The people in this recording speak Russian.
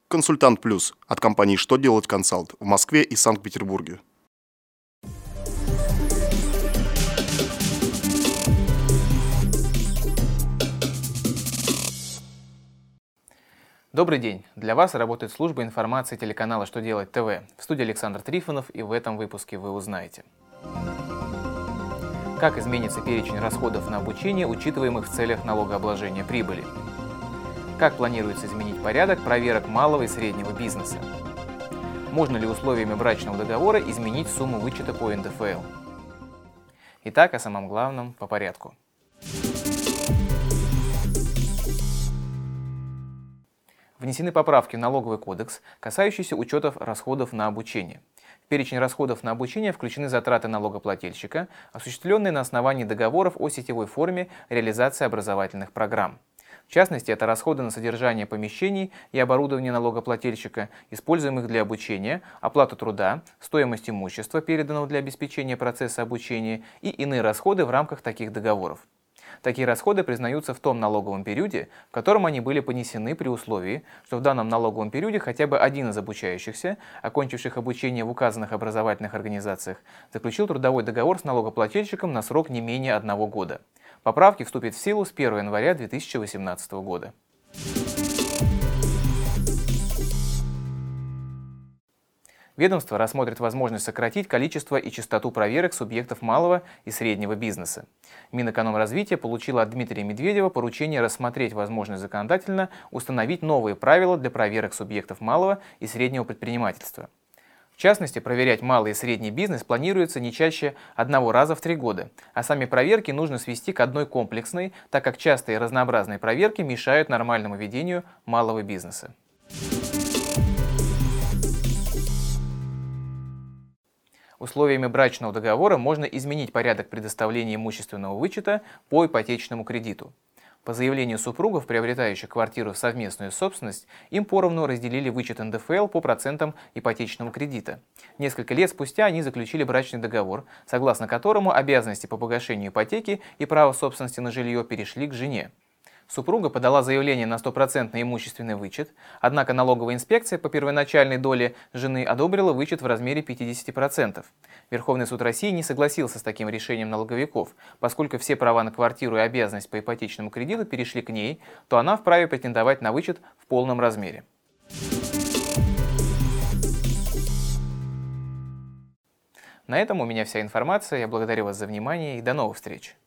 Консультант Плюс от компании «Что делать консалт» в Москве и Санкт-Петербурге. Добрый день! Для вас работает служба информации телеканала «Что делать ТВ». В студии Александр Трифонов, и в этом выпуске вы узнаете: как изменится перечень расходов на обучение, учитываемых в целях налогообложения прибыли. Как планируется изменить порядок проверок малого и среднего бизнеса. Можно ли условиями брачного договора изменить сумму вычета по НДФЛ. Итак, о самом главном по порядку. Внесены поправки в Налоговый кодекс, касающиеся учетов расходов на обучение. В перечень расходов на обучение включены затраты налогоплательщика, осуществленные на основании договоров о сетевой форме реализации образовательных программ. В частности, это расходы на содержание помещений и оборудование налогоплательщика, используемых для обучения, оплату труда, стоимость имущества, переданного для обеспечения процесса обучения, и иные расходы в рамках таких договоров. Такие расходы признаются в том налоговом периоде, в котором они были понесены, при условии, что в данном налоговом периоде хотя бы один из обучающихся, окончивших обучение в указанных образовательных организациях, заключил трудовой договор с налогоплательщиком на срок не менее 1 года. Поправки вступят в силу с 1 января 2018 года. Ведомство рассмотрит возможность сократить количество и частоту проверок субъектов малого и среднего бизнеса. Минэкономразвития получило от Дмитрия Медведева поручение рассмотреть возможность законодательно установить новые правила для проверок субъектов малого и среднего предпринимательства. В частности, проверять малый и средний бизнес планируется не чаще 1 раза в 3 года, а сами проверки нужно свести к одной комплексной, так как частые и разнообразные проверки мешают нормальному ведению малого бизнеса. Условиями брачного договора можно изменить порядок предоставления имущественного вычета по ипотечному кредиту. По заявлению супругов, приобретающих квартиру в совместную собственность, им поровну разделили вычет НДФЛ по процентам ипотечного кредита. Несколько лет спустя они заключили брачный договор, согласно которому обязанности по погашению ипотеки и право собственности на жилье перешли к жене. Супруга подала заявление на 100% имущественный вычет, однако налоговая инспекция по первоначальной доле жены одобрила вычет в размере 50%. Верховный суд России не согласился с таким решением налоговиков. Поскольку все права на квартиру и обязанность по ипотечному кредиту перешли к ней, то она вправе претендовать на вычет в полном размере. На этом у меня вся информация. Я благодарю вас за внимание и до новых встреч!